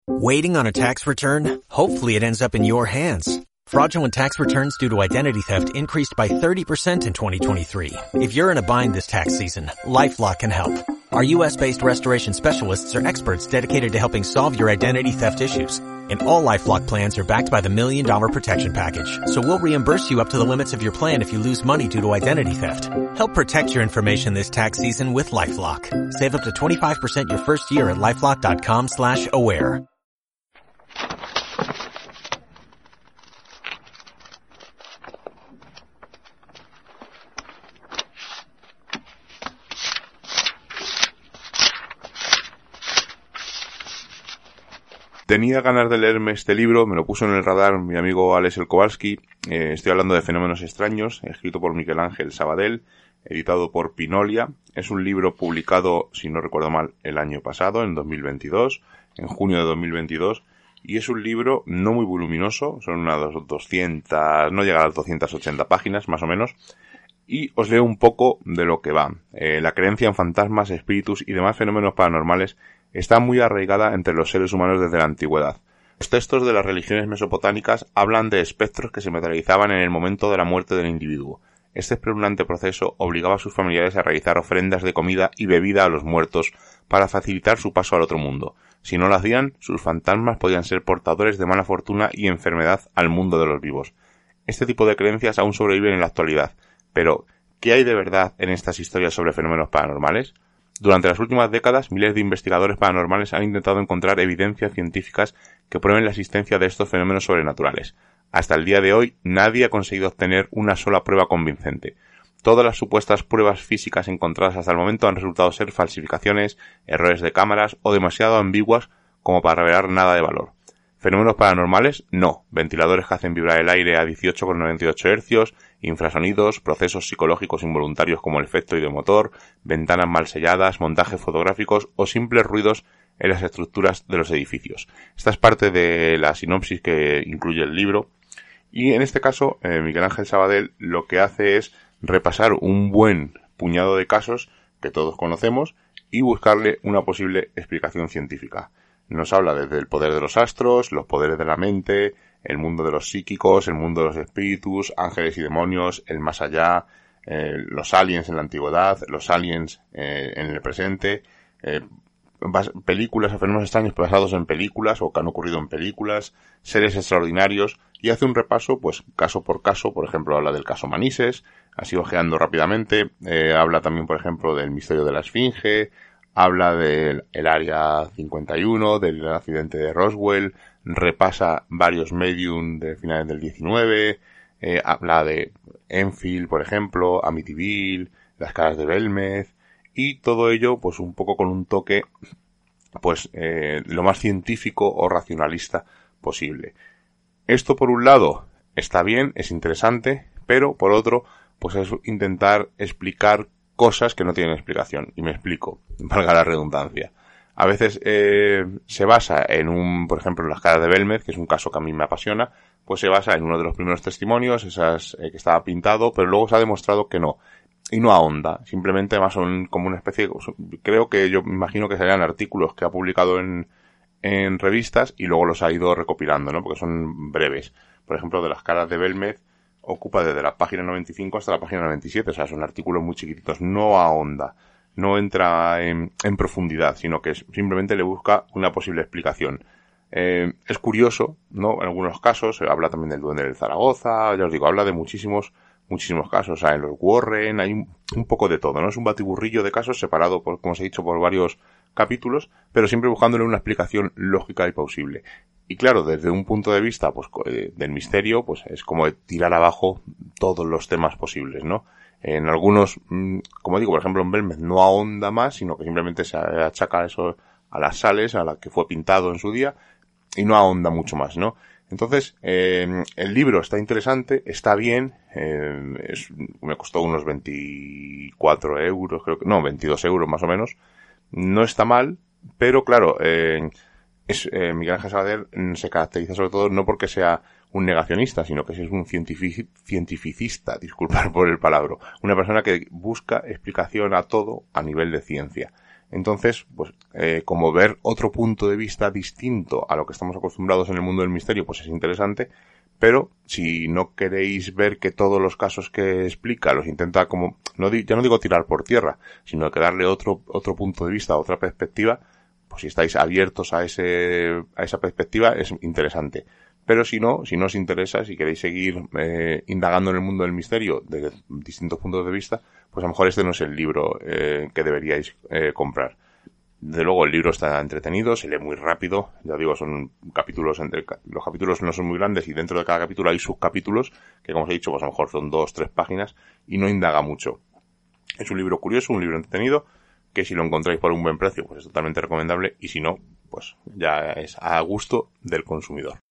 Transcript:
Waiting on a tax return? Hopefully it ends up in your hands. Fraudulent tax returns due to identity theft increased by 30% in 2023. If you're in a bind this tax season, LifeLock can help. Our U.S.-based restoration specialists are experts dedicated to helping solve your identity theft issues. And all LifeLock plans are backed by the $1 Million Protection Package. So we'll reimburse you up to the limits of your plan if you lose money due to identity theft. Help protect your information this tax season with LifeLock. Save up to 25% your first year at LifeLock.com/aware. Tenía ganas de leerme este libro, me lo puso en el radar mi amigo Alex El Kowalski. Estoy hablando de Fenómenos extraños, escrito por Miguel Ángel Sabadell, editado por Pinolia. Es un libro publicado, si no recuerdo mal, el año pasado, en 2022, en junio de 2022, y es un libro no muy voluminoso, son unas 200, no llega a las 280 páginas, más o menos, y os leo un poco de lo que va. La creencia en fantasmas, espíritus y demás fenómenos paranormales está muy arraigada entre los seres humanos desde la antigüedad. Los textos de las religiones mesopotámicas hablan de espectros que se materializaban en el momento de la muerte del individuo. Este espeluznante proceso obligaba a sus familiares a realizar ofrendas de comida y bebida a los muertos para facilitar su paso al otro mundo. Si no lo hacían, sus fantasmas podían ser portadores de mala fortuna y enfermedad al mundo de los vivos. Este tipo de creencias aún sobreviven en la actualidad. Pero, ¿qué hay de verdad en estas historias sobre fenómenos paranormales? Durante las últimas décadas, miles de investigadores paranormales han intentado encontrar evidencias científicas que prueben la existencia de estos fenómenos sobrenaturales. Hasta el día de hoy, nadie ha conseguido obtener una sola prueba convincente. Todas las supuestas pruebas físicas encontradas hasta el momento han resultado ser falsificaciones, errores de cámaras o demasiado ambiguas como para revelar nada de valor. ¿Fenómenos paranormales? No. Ventiladores que hacen vibrar el aire a 18,98 Hz, infrasonidos, procesos psicológicos involuntarios como el efecto ideomotor, ventanas mal selladas, montajes fotográficos o simples ruidos en las estructuras de los edificios. Esta es parte de la sinopsis que incluye el libro. Y en este caso, Miguel Ángel Sabadell lo que hace es repasar un buen puñado de casos que todos conocemos y buscarle una posible explicación científica. Nos habla desde el poder de los astros, los poderes de la mente, el mundo de los psíquicos, el mundo de los espíritus, ángeles y demonios, el más allá, los aliens en la antigüedad, los aliens en el presente, películas o fenómenos extraños basados en películas o que han ocurrido en películas, seres extraordinarios, y hace un repaso, pues, caso por caso. Por ejemplo, habla del caso Manises, así ojeando rápidamente, habla también, por ejemplo, del misterio de la Esfinge, habla del Área 51, del accidente de Roswell, repasa varios medium de finales del 19, habla de Enfield, por ejemplo, Amityville, las caras de Belmez, y todo ello, pues, un poco con un toque, pues, lo más científico o racionalista posible. Esto, por un lado, está bien, es interesante, pero, por otro, pues es intentar explicar cosas que no tienen explicación. Y me explico, valga la redundancia. A veces se basa en por ejemplo, en las caras de Belmez, que es un caso que a mí me apasiona, pues se basa en uno de los primeros testimonios, que estaba pintado, pero luego se ha demostrado que no. Y no ahonda, simplemente además son como una especie creo que yo me imagino que serían artículos que ha publicado en revistas y luego los ha ido recopilando, ¿no? Porque son breves. Por ejemplo, de las caras de Belmez, ocupa desde la página 95 hasta la página 97, o sea, son artículos muy chiquititos, no ahonda, no entra en profundidad, sino que simplemente le busca una posible explicación. Es curioso, ¿no? En algunos casos, habla también del duende del Zaragoza, ya os digo, habla de muchísimos casos, o sea, en los Warren hay un poco de todo, ¿no? Es un batiburrillo de casos separado, como os he dicho, por varios capítulos, pero siempre buscándole una explicación lógica y plausible. Y claro, desde un punto de vista, pues, del misterio, pues es como tirar abajo todos los temas posibles, ¿no? En algunos, como digo, por ejemplo, en Belmez no ahonda más, sino que simplemente se achaca eso a las sales, a la que fue pintado en su día, y no ahonda mucho más, ¿no? Entonces, el libro está interesante, está bien, me costó unos 24 euros, creo que, no, 22 euros más o menos, no está mal, pero claro, Miguel Ángel Sabadell se caracteriza sobre todo no porque sea un negacionista, sino que es un cientificista, disculpar por el palabra, una persona que busca explicación a todo a nivel de ciencia. Entonces, pues, como ver otro punto de vista distinto a lo que estamos acostumbrados en el mundo del misterio, pues es interesante. Pero si no queréis ver que todos los casos que explica los intenta como, ya no digo tirar por tierra, sino que darle otro punto de vista, otra perspectiva, pues si estáis abiertos a esa perspectiva es interesante. Pero si no os interesa, si queréis seguir indagando en el mundo del misterio desde distintos puntos de vista, pues a lo mejor este no es el libro que deberíais comprar. Desde luego el libro está entretenido, se lee muy rápido, ya digo, son capítulos, los capítulos no son muy grandes y dentro de cada capítulo hay subcapítulos, que como os he dicho, pues a lo mejor son 2-3 páginas y no indaga mucho. Es un libro curioso, un libro entretenido, que si lo encontráis por un buen precio, pues es totalmente recomendable y si no, pues ya es a gusto del consumidor.